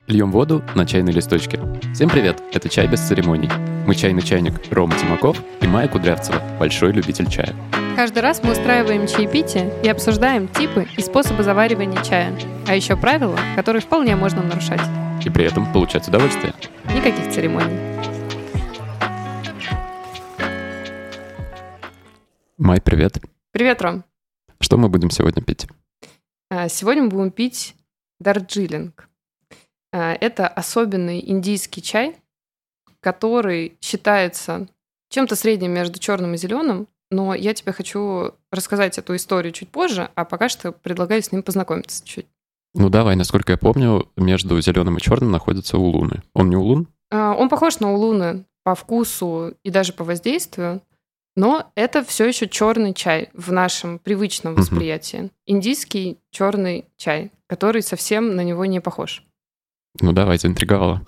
Льем воду на чайные листочки. Всем привет, это «Чай без церемоний». Мы чайный чайник Рома Тимаков и Майя Кудрявцева, большой любитель чая. Каждый раз мы устраиваем чаепитие и обсуждаем типы и способы заваривания чая, а еще правила, которые вполне можно нарушать. И при этом получать удовольствие. Никаких церемоний. Май, привет. Привет, Ром. Что мы будем сегодня пить? Сегодня мы будем пить дарджилинг. Это особенный индийский чай, который считается чем-то средним между черным и зеленым, но я тебе хочу рассказать эту историю чуть позже, а пока что предлагаю с ним познакомиться чуть. Ну давай, насколько я помню, между зеленым и черным находится улуны. Он не улун? Он похож на улуны по вкусу и даже по воздействию, но это все еще черный чай в нашем привычном восприятии. Индийский черный чай, который совсем на него не похож. Ну давай, заинтриговала.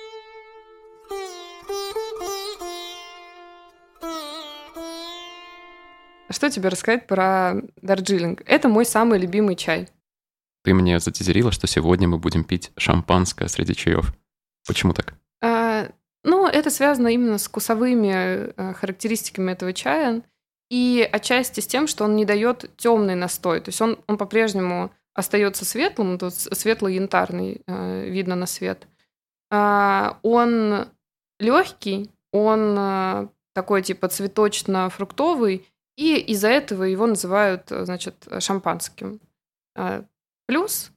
Что тебе рассказать про дарджилинг? Это мой самый любимый чай. Ты мне затизерила, что сегодня мы будем пить шампанское среди чаев. Почему так? Это связано именно с вкусовыми характеристиками этого чая и отчасти с тем, что он не дает темный настой. То есть он по-прежнему остается светлым, тут светло-янтарный, видно на свет. Он легкий, он такой типа цветочно-фруктовый, и из-за этого его называют, значит, шампанским. Плюс,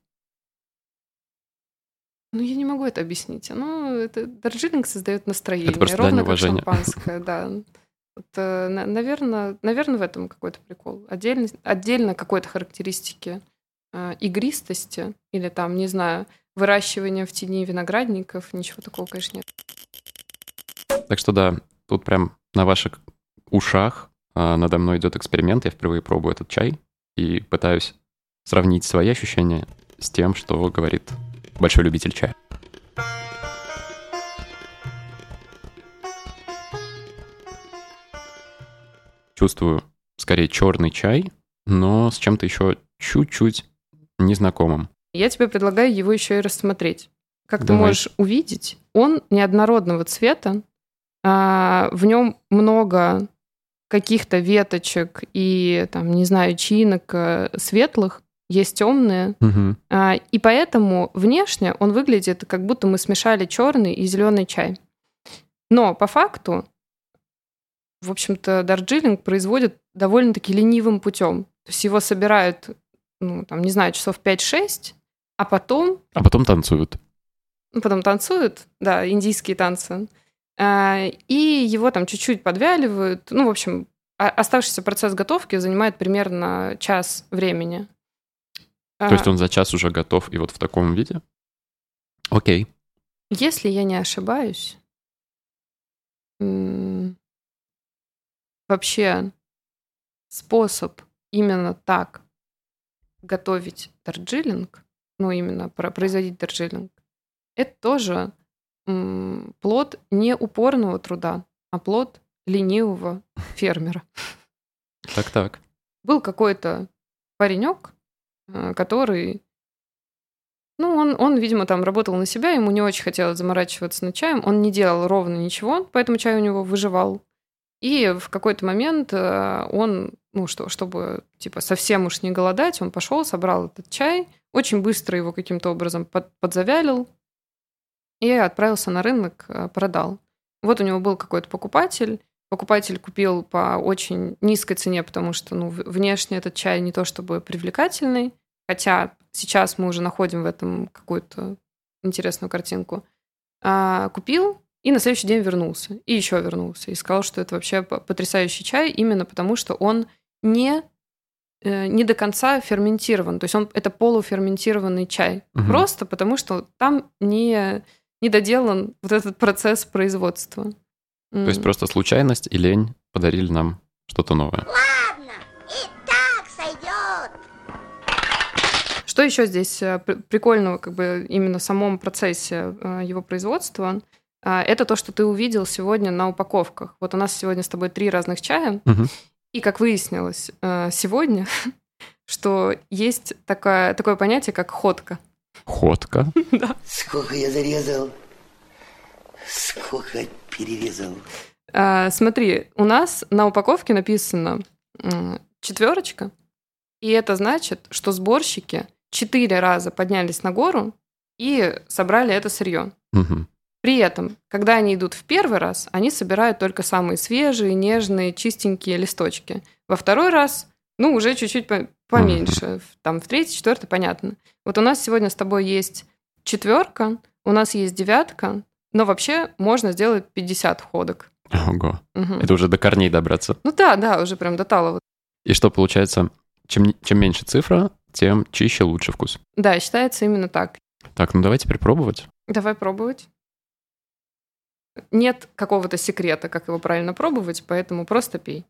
я не могу это объяснить. Это дарджилинг создает настроение, это ровно как шампанское, да. Наверное, в этом какой-то прикол. Отдельно какой-то характеристики игристости или там, не знаю, выращивания в тени виноградников, ничего такого, конечно, нет. Так что да, тут прям на ваших ушах надо мной идет эксперимент. Я впервые пробую этот чай и пытаюсь сравнить свои ощущения с тем, что говорит большой любитель чая. Чувствую скорее черный чай, но с чем-то еще чуть-чуть незнакомым. Я тебе предлагаю его еще и рассмотреть. Как Давай. ты можешь увидеть, он неоднородного цвета, в нем много каких-то веточек и, там, не знаю, чаинок светлых, есть темные. Угу. И поэтому внешне он выглядит, как будто мы смешали черный и зеленый чай. Но по факту, в общем-то, дарджилинг производят довольно-таки ленивым путем. То есть его собирают, не знаю, часов 5-6, а потом... А потом танцуют. Потом танцуют, да, индийские танцы. И его там чуть-чуть подвяливают. В общем, оставшийся процесс готовки занимает примерно час времени. То есть он за час уже готов и вот в таком виде? Окей. Если я не ошибаюсь, вообще способ именно так готовить дарджилинг, именно производить дарджилинг, это тоже плод не упорного труда, а плод ленивого фермера. Так. Был какой-то паренек, который, он, видимо, там работал на себя, ему не очень хотелось заморачиваться над чаем, он не делал ровно ничего, поэтому чай у него выживал. И в какой-то момент он, чтобы типа совсем уж не голодать, он пошел, собрал этот чай, очень быстро его каким-то образом подзавялил и отправился на рынок, продал. Вот у него был какой-то покупатель купил по очень низкой цене, потому что, внешне этот чай не то чтобы привлекательный, хотя сейчас мы уже находим в этом какую-то интересную картинку. Купил и на следующий день вернулся, и еще вернулся, и сказал, что это вообще потрясающий чай, именно потому что он не до конца ферментирован, то есть это полуферментированный чай, просто потому что там не доделан вот этот процесс производства. То есть просто случайность и лень подарили нам что-то новое. Ладно, и так сойдет. Что еще здесь прикольного, именно в самом процессе его производства? Это то, что ты увидел сегодня на упаковках. Вот у нас сегодня с тобой 3 разных чая, и как выяснилось сегодня, что есть такое понятие, как ходка. Ходка. Да. Сколько я зарезал, сколько перерезал. Смотри, у нас на упаковке написано 4, и это значит, что сборщики 4 раза поднялись на гору и собрали это сырье. Мгм. При этом, когда они идут в первый раз, они собирают только самые свежие, нежные, чистенькие листочки. Во второй раз, ну, уже чуть-чуть поменьше. Там в 3-й, 4-й, понятно. Вот у нас сегодня с тобой есть 4, у нас есть 9, но вообще можно сделать 50 ходок. Ого. Мгм. Это уже до корней добраться. Ну да, уже прям до талого. И что получается, чем меньше цифра, тем чище, лучше вкус. Да, считается именно так. Так, ну давай теперь пробовать. Давай пробовать. Нет какого-то секрета, как его правильно пробовать, поэтому просто пей.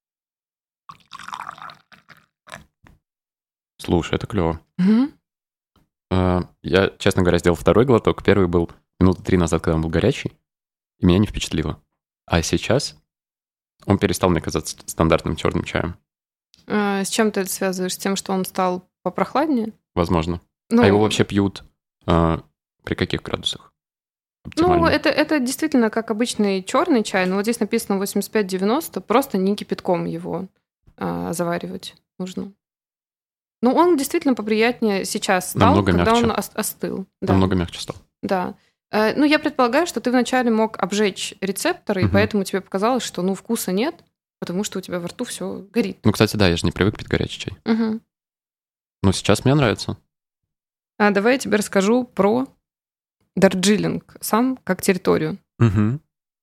Слушай, это клево. Мгм. Я, честно говоря, сделал второй глоток. Первый был минуты 3 назад, когда он был горячий, и меня не впечатлило. А сейчас он перестал мне казаться стандартным черным чаем. С чем ты это связываешь? С тем, что он стал попрохладнее? Возможно. Ну, А его вообще пьют при каких градусах? Ну, Оптимально. это действительно как обычный черный чай, но вот здесь написано 85-90, просто не кипятком его заваривать нужно. Ну, он действительно поприятнее сейчас стал, Намного когда мягче. он остыл. Да, Намного мягче стал. да. Ну, я предполагаю, что ты вначале мог обжечь рецепторы, и Мгм. поэтому тебе показалось, что, ну, вкуса нет, потому что у тебя во рту все горит. Ну, кстати, да, я же не привык пить горячий чай. Мгм. Но сейчас мне нравится. Давай я тебе расскажу про Дарджилинг сам как территорию. Мгм.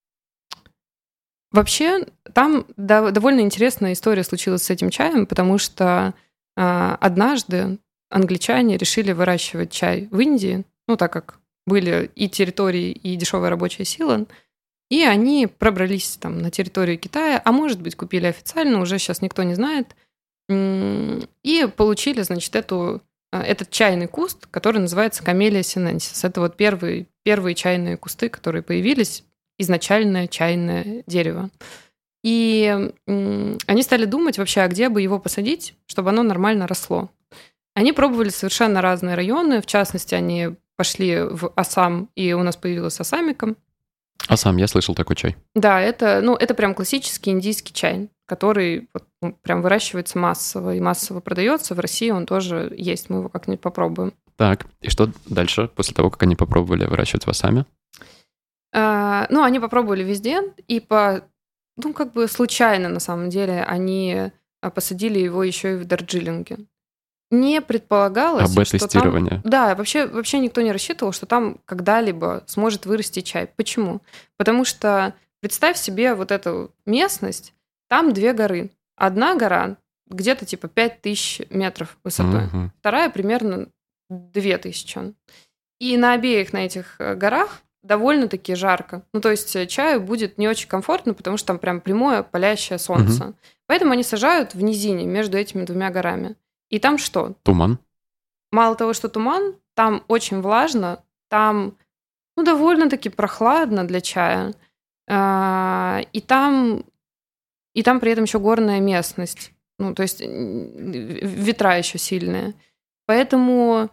Вообще, там довольно интересная история случилась с этим чаем, потому что однажды англичане решили выращивать чай в Индии, ну, так как были и территории, и дешевая рабочая сила, и они пробрались там на территорию Китая, а может быть, купили официально, уже сейчас никто не знает, и получили, значит, этот чайный куст, который называется Камелия синенсис. Это вот первые чайные кусты, которые появились, изначальное чайное дерево. И они стали думать вообще, а где бы его посадить, чтобы оно нормально росло. Они пробовали совершенно разные районы, в частности, они пошли в Ассам, и у нас появилась Ассамика. А сам я слышал такой чай. Да, это прям классический индийский чай, который вот, прям выращивается массово и массово продается. В России он тоже есть, мы его как-нибудь попробуем. Так, и что дальше, после того, как они попробовали выращивать в Ассаме? Ну, они попробовали везде, и как бы случайно, на самом деле, они посадили его еще и в Дарджилинге. Не предполагалось, что АБ-тестирование. там... Да, вообще никто не рассчитывал, что там когда-либо сможет вырасти чай. Почему? Потому что представь себе вот эту местность, там 2 горы. Одна гора где-то типа 5000 метров высотой, Мгм. вторая примерно 2000. И на обеих на этих горах довольно-таки жарко. Ну, то есть чаю будет не очень комфортно, потому что там прям прямое палящее солнце. Поэтому они сажают в низине между этими 2 горами. И там что? Туман. Мало того, что туман, там очень влажно, там довольно-таки прохладно для чая. И там при этом еще горная местность. Ну, то есть ветра еще сильные. Поэтому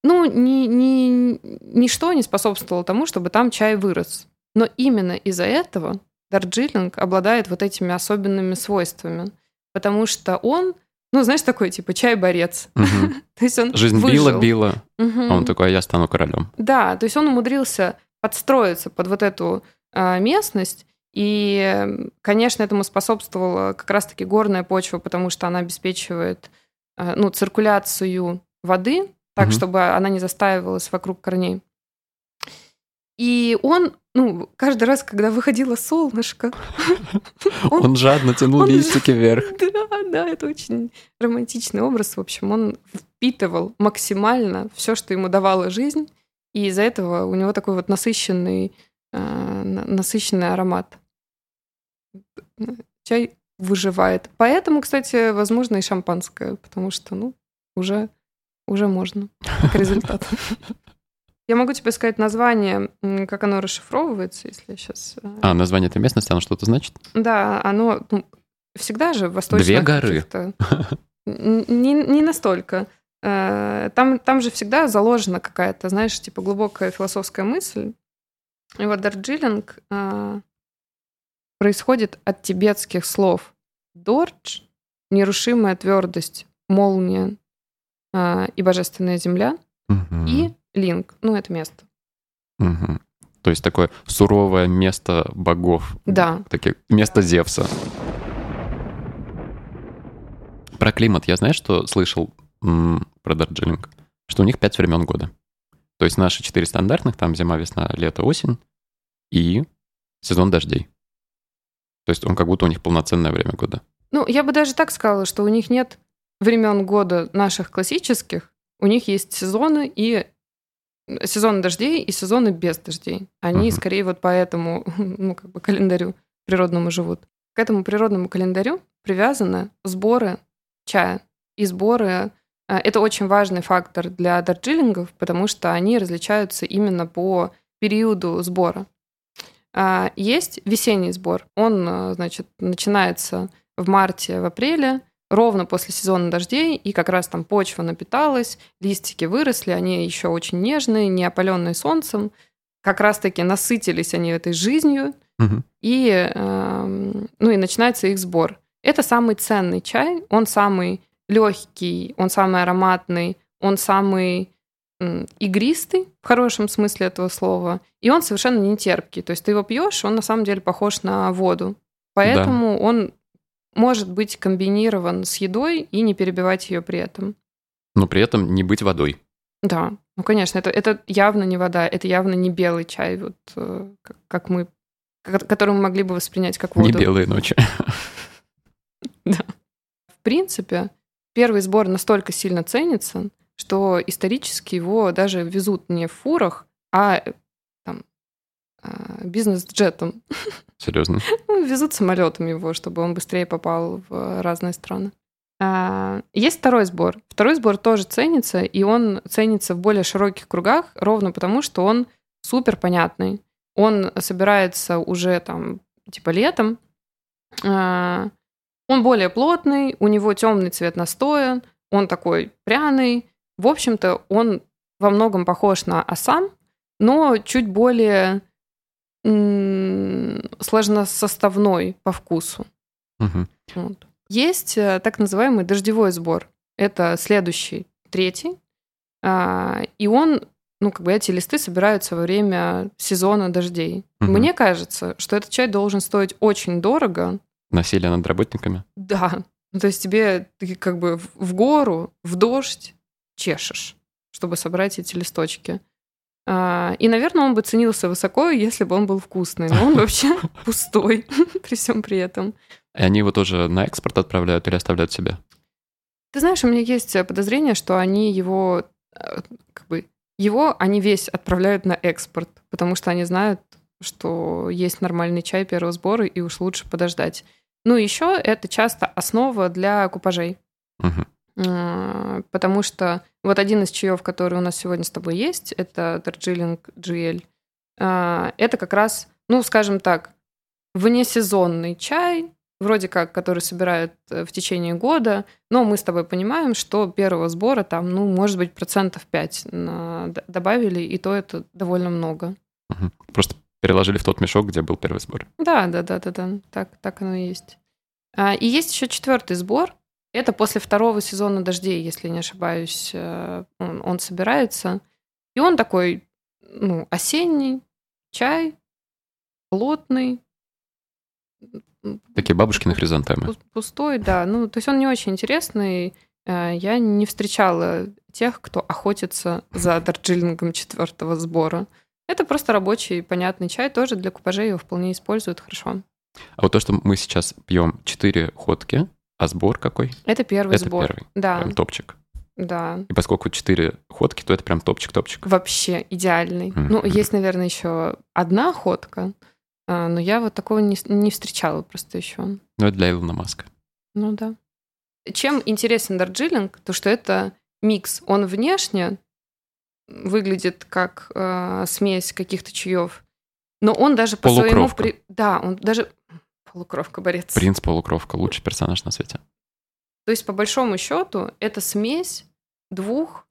ничто не способствовало тому, чтобы там чай вырос. Но именно из-за этого Дарджилинг обладает вот этими особенными свойствами. Потому что он, знаешь, такой типа чай-борец. Мгм. То есть он Жизнь выжил. била, Мгм. а он такой, а я стану королем. Да, то есть он умудрился подстроиться под вот эту местность, и, конечно, этому способствовала как раз-таки горная почва, потому что она обеспечивает циркуляцию воды, так, Мгм. чтобы она не застаивалась вокруг корней. И он, каждый раз, когда выходило солнышко, Он жадно тянул он листики вверх. Да, это очень романтичный образ. В общем, он впитывал максимально все, что ему давала жизнь, и из-за этого у него такой вот насыщенный аромат. Чай выживает. Поэтому, кстати, возможно, и шампанское, потому что, уже можно, как результат. Я могу тебе сказать название, как оно расшифровывается, если я сейчас... Название этой местности, оно что-то значит? Да, оно всегда же в восточных 2 горы. каких-то... Не настолько. Там же всегда заложена какая-то, знаешь, типа глубокая философская мысль. И вот дарджилинг происходит от тибетских слов дордж, нерушимая твердость, молния и божественная земля, и линг, это место. То есть такое суровое место богов. Да. Место Зевса. Про климат я, знаешь, что слышал про Дарджилинг? Что у них 5 времен года. То есть наши 4 стандартных, там зима, весна, лето, осень и сезон дождей. То есть он как будто у них полноценное время года. Я бы даже так сказала, что у них нет времен года наших классических, у них есть сезоны и сезоны дождей и сезоны без дождей. Они скорее вот по этому календарю природному живут. К этому природному календарю привязаны сборы чая. И сборы — это очень важный фактор для дарджилингов, потому что они различаются именно по периоду сбора. Есть весенний сбор. Он, значит, начинается в марте, в апреле, ровно после сезона дождей, и как раз там почва напиталась, листики выросли, они еще очень нежные, не опаленные солнцем, как раз-таки насытились они этой жизнью, и начинается их сбор. Это самый ценный чай, он самый легкий, он самый ароматный, он самый игристый, в хорошем смысле этого слова, и он совершенно не терпкий. То есть ты его пьешь, он на самом деле похож на воду. Поэтому он может быть комбинирован с едой и не перебивать ее при этом. Но при этом не быть водой. Да, конечно, это явно не вода, это явно не белый чай, вот который мы могли бы воспринять как воду. Не белые ночи. Да. В принципе, первый сбор настолько сильно ценится, что исторически его даже везут не в фурах, а бизнес-джетом. Серьезно? Везут самолетом его, чтобы он быстрее попал в разные страны. Есть второй сбор. Второй сбор тоже ценится, и он ценится в более широких кругах, ровно потому, что он супер понятный. Он собирается уже летом. Он более плотный, у него темный цвет настоя, он такой пряный. В общем-то, он во многом похож на Ассам, но чуть более сложносоставной по вкусу. Вот. Есть так называемый дождевой сбор. Это следующий, третий. И он, эти листы собираются во время сезона дождей. Мне кажется, что этот чай должен стоить очень дорого. Насилие над работниками? Да. То есть ты в гору, в дождь чешешь, чтобы собрать эти листочки. И, наверное, он бы ценился высоко, если бы он был вкусный. Но он вообще пустой при всем при этом. И они его тоже на экспорт отправляют или оставляют себе? Ты знаешь, у меня есть подозрение, что они его они весь отправляют на экспорт, потому что они знают, что есть нормальный чай первого сбора, и уж лучше подождать. Еще это часто основа для купажей. Потому что вот один из чаев, который у нас сегодня с тобой есть, это Дарджилинг GL. Это как раз, скажем так, внесезонный чай, вроде как, который собирают в течение года, но мы с тобой понимаем, что первого сбора может быть 5% добавили, и то это довольно много. Просто переложили в тот мешок, где был первый сбор. Да. Так оно и есть. И есть еще четвертый сбор. Это после второго сезона дождей, если не ошибаюсь, он собирается. И он такой, осенний, чай, плотный. Такие бабушкины хризантемы. Пустой, да. То есть он не очень интересный. Я не встречала тех, кто охотится за дарджилингом четвертого сбора. Это просто рабочий, понятный чай. Тоже для купажей его вполне используют хорошо. А вот то, что мы сейчас пьем 4 ходки, а сбор какой? Это первый сбор. Первый. Да. Прям топчик. Да. И поскольку 4 ходки, то это прям топчик-топчик. Вообще идеальный. Есть, наверное, еще одна ходка, но я вот такого не встречала просто еще. Это для Илона Маска. Да. Чем интересен дарджилинг, то что это микс. Он внешне выглядит как смесь каких-то чаев, но он даже по своему... Да, он даже... Полукровка-борец. Принц-полукровка, лучший персонаж на свете. То есть, по большому счету, это смесь двух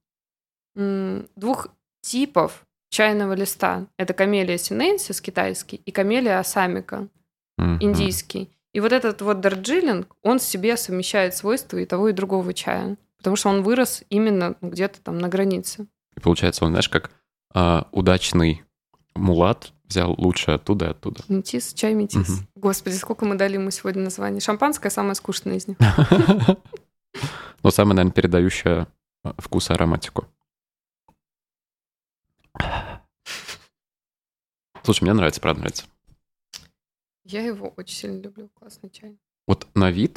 типов чайного листа. Это камелия синенсис китайский и камелия ассамика индийский. И вот этот вот дарджилинг, он в себе совмещает свойства и того, и другого чая. Потому что он вырос именно где-то там на границе. И получается, он, знаешь, как удачный мулат взял лучшее оттуда и оттуда. Метис, чай метис. Господи, сколько мы дали ему сегодня названий. Шампанское самое скучное из них. Но самое, наверное, передающее вкус и ароматику. Слушай, мне нравится, правда нравится. Я его очень сильно люблю. Классный чай. Вот на вид,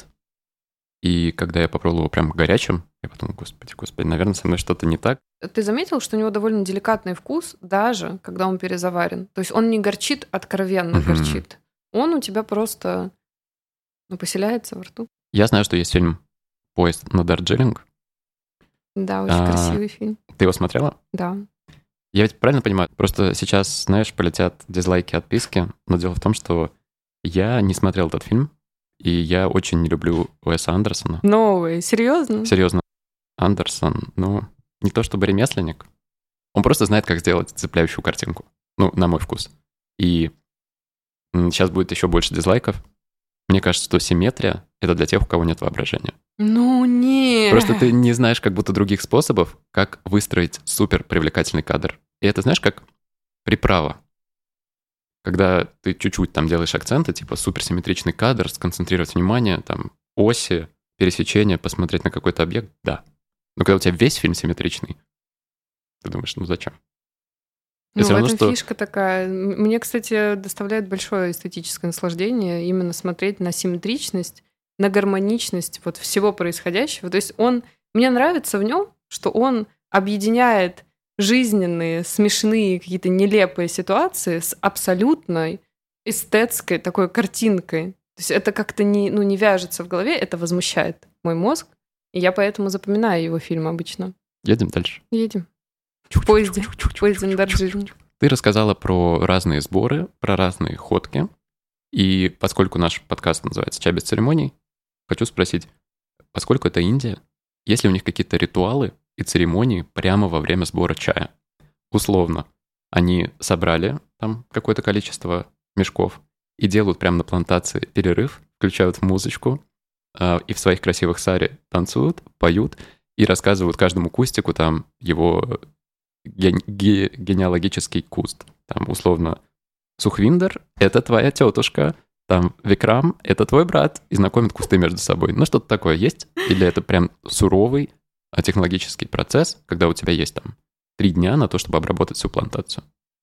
и когда я попробовал его прям горячим, я подумал, господи, наверное, со мной что-то не так. Ты заметил, что у него довольно деликатный вкус, даже когда он перезаварен? То есть он не горчит, откровенно горчит. Он у тебя просто поселяется во рту. Я знаю, что есть фильм «Поезд на Дарджилинг». Да, очень красивый фильм. Ты его смотрела? Да. Я ведь правильно понимаю? Просто сейчас, знаешь, полетят дизлайки, отписки, но дело в том, что я не смотрел этот фильм, и я очень не люблю Уэса Андерсона. Новый, серьезно? Серьезно. Андерсон, не то чтобы ремесленник, он просто знает, как сделать цепляющую картинку. На мой вкус. И сейчас будет еще больше дизлайков. Мне кажется, что симметрия — это для тех, у кого нет воображения. Нет. Просто ты не знаешь как будто других способов, как выстроить супер привлекательный кадр. И это, знаешь, как приправа. Когда ты чуть-чуть там делаешь акценты, типа суперсимметричный кадр, сконцентрировать внимание, там, оси, пересечения, посмотреть на какой-то объект, да. Но когда у тебя весь фильм симметричный, ты думаешь, зачем? В этом фишка такая. Мне, кстати, доставляет большое эстетическое наслаждение именно смотреть на симметричность, на гармоничность вот всего происходящего. То есть мне нравится в нем, что он объединяет жизненные, смешные, какие-то нелепые ситуации с абсолютной эстетской такой картинкой. То есть это как-то не вяжется в голове, это возмущает мой мозг, и я поэтому запоминаю его фильм обычно. Едем дальше. Едем. В поезде на Дарджилинг. Ты рассказала про разные сборы, про разные ходки, и поскольку наш подкаст называется «Чай без церемоний», хочу спросить, поскольку это Индия, есть ли у них какие-то ритуалы и церемонии прямо во время сбора чая? Условно, они собрали там какое-то количество мешков и делают прямо на плантации перерыв, включают музычку и в своих красивых сари танцуют, поют и рассказывают каждому кустику там его генеалогический куст. Там условно Сухвиндер — это твоя тетушка, там Викрам — это твой брат, и знакомят кусты между собой. Что-то такое есть? Или это прям суровый технологический процесс, когда у тебя есть там 3 дня на то, чтобы обработать всю плантацию?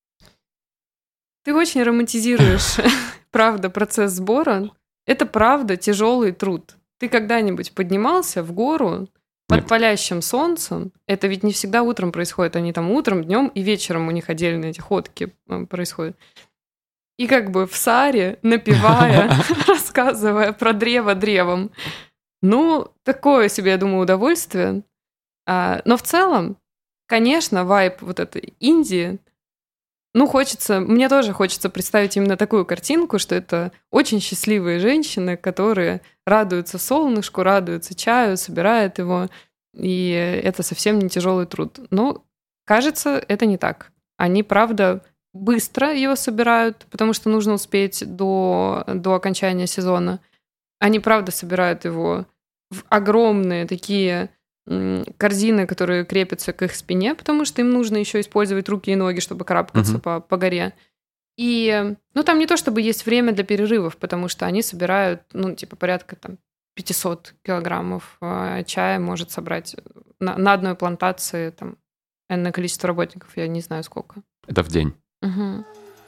Ты очень романтизируешь, правда, процесс сбора. Это правда тяжелый труд. Ты когда-нибудь поднимался в гору под палящим солнцем? Это ведь не всегда утром происходит. Они там утром, днем и вечером у них отдельно эти ходки происходят. И как бы в саре, напевая, рассказывая про древо древом. Такое себе, я думаю, удовольствие. Но в целом, конечно, вайб вот этой Индии, мне тоже хочется представить именно такую картинку, что это очень счастливые женщины, которые радуются солнышку, радуются чаю, собирают его, и это совсем не тяжелый труд. Но, кажется, это не так. Они, правда, быстро его собирают, потому что нужно успеть до окончания сезона. Они, правда, собирают его в огромные такие корзины, которые крепятся к их спине, потому что им нужно еще использовать руки и ноги, чтобы карабкаться по горе. И, там не то чтобы есть время для перерывов, потому что они собирают, порядка 500 килограммов чая может собрать на одной плантации энное количество работников, я не знаю сколько. Это в день. Угу.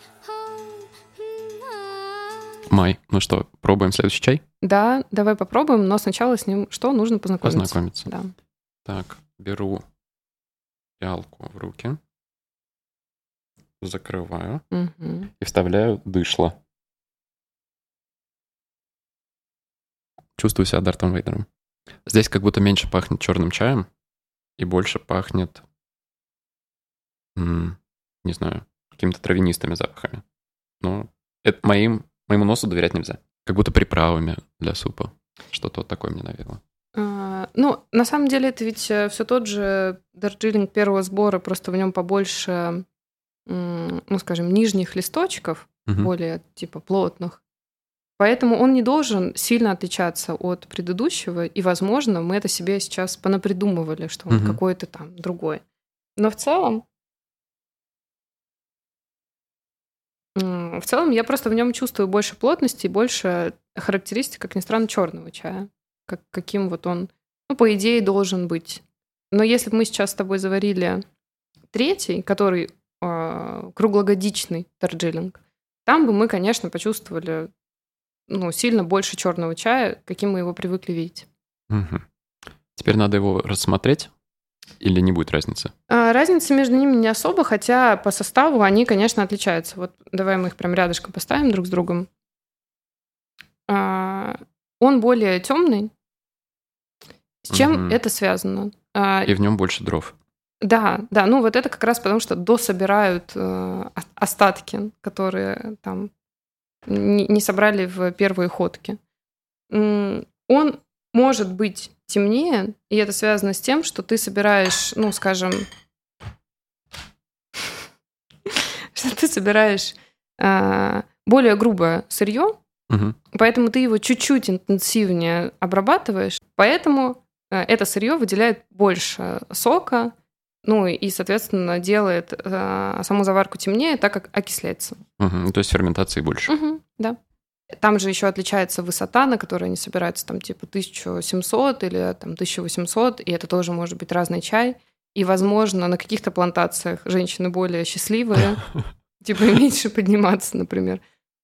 Май, что, пробуем следующий чай? Да, давай попробуем, но сначала с ним нужно познакомиться. Да. Так, беру пиалку в руки, закрываю и вставляю дышло. Чувствую себя Дартом Вейдером. Здесь как будто меньше пахнет черным чаем и больше пахнет, не знаю, какими-то травянистыми запахами. Но это моему носу доверять нельзя. Как будто приправами для супа. Что-то вот такое мне навело. Ну, на самом деле, это ведь все тот же Дарджилинг первого сбора, просто в нем побольше, ну, скажем, нижних листочков, более типа плотных. Поэтому он не должен сильно отличаться от предыдущего, и, возможно, мы это себе сейчас понапридумывали, что он какой-то там другой. Но в целом я просто в нем чувствую больше плотности и больше характеристик, как ни странно, черного чая. Каким вот он, ну, по идее, должен быть. Но если бы мы сейчас с тобой заварили третий, который круглогодичный Дарджилинг, там бы мы, конечно, почувствовали сильно больше черного чая, каким мы его привыкли видеть. Теперь надо его рассмотреть или не будет разницы? Разницы между ними не особо, хотя по составу они, конечно, отличаются. Вот давай мы их прям рядышком поставим друг с другом. Он более темный. С чем это связано? И в нем больше дров. Да, ну вот это как раз потому, что дособирают остатки, которые там не собрали в первые ходки. Он может быть темнее, и это связано с тем, что ты собираешь, ну, скажем, что ты собираешь более грубое сырье, поэтому ты его чуть-чуть интенсивнее обрабатываешь, поэтому это сырье выделяет больше сока, ну и, соответственно, делает саму заварку темнее, так как окисляется. То есть ферментации больше. Да. Там же еще отличается высота, на которой они собираются, там типа 1700 или там 1800, и это тоже может быть разный чай. И, возможно, на каких-то плантациях женщины более счастливые, типа меньше подниматься, например.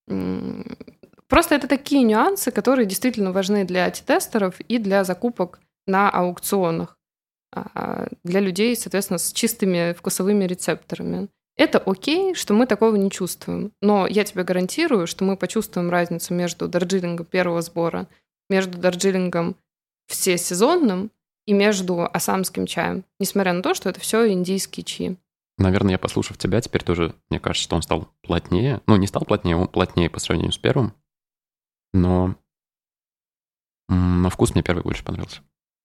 Просто это такие нюансы, которые действительно важны для антитестеров и для закупок на аукционах. Для людей, соответственно, с чистыми вкусовыми рецепторами. Это окей, что мы такого не чувствуем. Но я тебе гарантирую, что мы почувствуем разницу между Дарджилингом первого сбора, между Дарджилингом всесезонным и между ассамским чаем. Несмотря на то, что это все индийские чаи. Наверное, я, послушав тебя, теперь тоже, мне кажется, что он стал плотнее. Ну, не стал плотнее, он плотнее по сравнению с первым. Но на вкус мне первый больше понравился.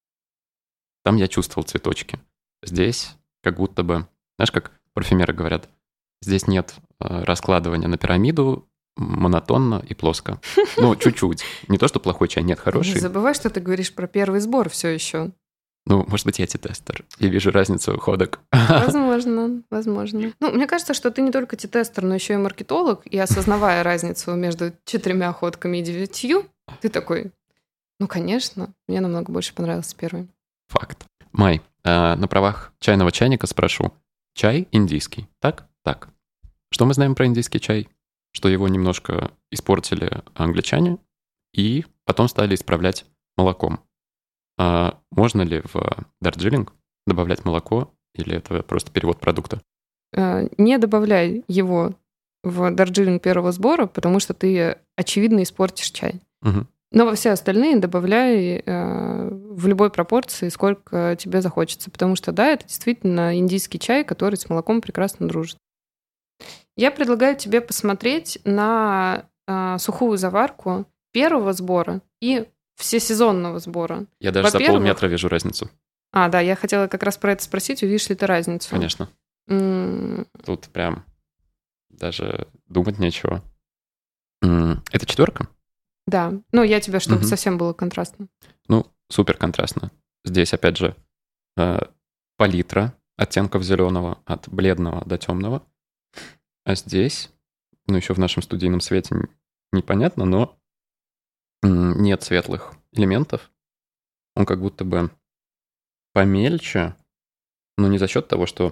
Там я чувствовал цветочки. Здесь как будто бы, знаешь, как парфюмеры говорят, здесь нет раскладывания на пирамиду монотонно и плоско. Ну, чуть-чуть. Не то, что плохой чай, нет, хороший. Не забывай, что ты говоришь про первый сбор все еще. Ну, может быть, я тестер и вижу разницу ходок. Возможно. Ну, мне кажется, что ты не только тестер, но еще и маркетолог, и осознавая разницу между 4 ходками и 9, ты такой, ну, конечно, мне намного больше понравился первый. Факт. Май, на правах чайного чайника спрошу. Чай индийский, так? Так. Что мы знаем про индийский чай? Что его немножко испортили англичане и потом стали исправлять молоком. Можно ли в Дарджилинг добавлять молоко, или это просто перевод продукта? Не добавляй его в Дарджилинг первого сбора, потому что ты, очевидно, испортишь чай. Но во все остальные добавляй в любой пропорции, сколько тебе захочется. Потому что, да, это действительно индийский чай, который с молоком прекрасно дружит. Я предлагаю тебе посмотреть на сухую заварку первого сбора и всесезонного сбора. Я даже за полметра вижу разницу. Да, я хотела как раз про это спросить, увидишь ли ты разницу. Конечно. Тут прям даже думать нечего. Это 4? Да, ну я тебе, чтобы совсем было контрастно. Ну, супер контрастно. Здесь, опять же, палитра оттенков зеленого от бледного до темного. А здесь, ну еще в нашем студийном свете непонятно, но нет светлых элементов. Он как будто бы помельче, но не за счет того, что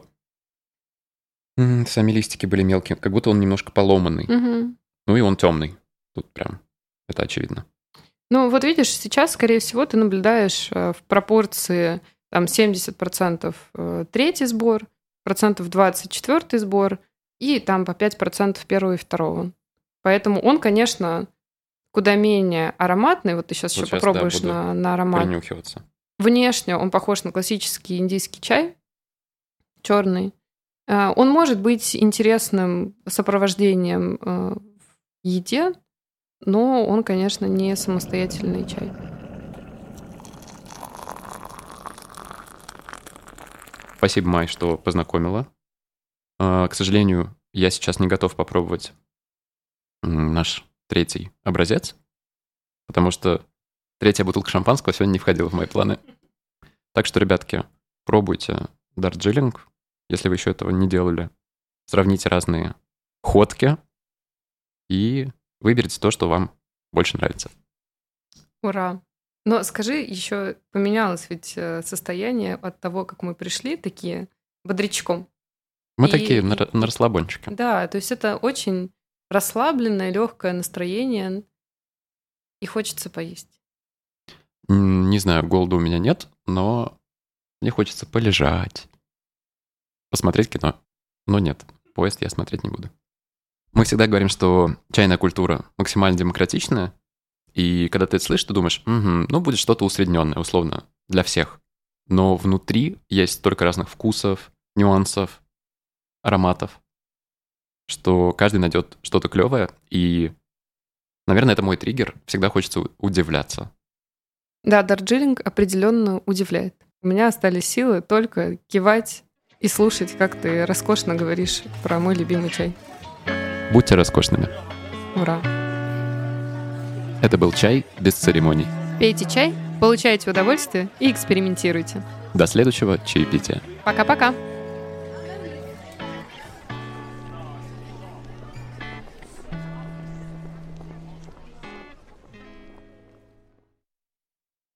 сами листики были мелкие, как будто он немножко поломанный. Ну и он темный. Тут прям это очевидно. Ну вот видишь, сейчас, скорее всего, ты наблюдаешь в пропорции там 70% третий сбор, 20% четвертый сбор и там по 5% первого и второго. Поэтому он, конечно, куда менее ароматный. Вот ты сейчас еще попробуешь на аромат. Принюхиваться. Внешне он похож на классический индийский чай, черный. Он может быть интересным сопровождением в еде, но он, конечно, не самостоятельный чай. Спасибо, Май, что познакомила. К сожалению, я сейчас не готов попробовать наш третий образец, потому что третья бутылка шампанского сегодня не входила в мои планы. Так что, ребятки, пробуйте Дарджилинг, если вы еще этого не делали. Сравните разные ходки и выберите то, что вам больше нравится. Ура! Но скажи, еще поменялось ведь состояние от того, как мы пришли, такие бодрячком. Мы такие на расслабончике. Да, то есть это очень расслабленное, легкое настроение, и хочется поесть. Не знаю, голода у меня нет, но мне хочется полежать, посмотреть кино. Но нет, поезд я смотреть не буду. Мы всегда говорим, что чайная культура максимально демократичная, и когда ты это слышишь, ты думаешь, ну, будет что-то усредненное, условно, для всех. Но внутри есть столько разных вкусов, нюансов, ароматов, что каждый найдет что-то клевое, и, наверное, это мой триггер. Всегда хочется удивляться. Да, Дарджилинг определенно удивляет. У меня остались силы только кивать и слушать, как ты роскошно говоришь про мой любимый чай. Будьте роскошными. Ура! Это был чай без церемоний. Пейте чай, получайте удовольствие и экспериментируйте. До следующего чаепития. Пока-пока!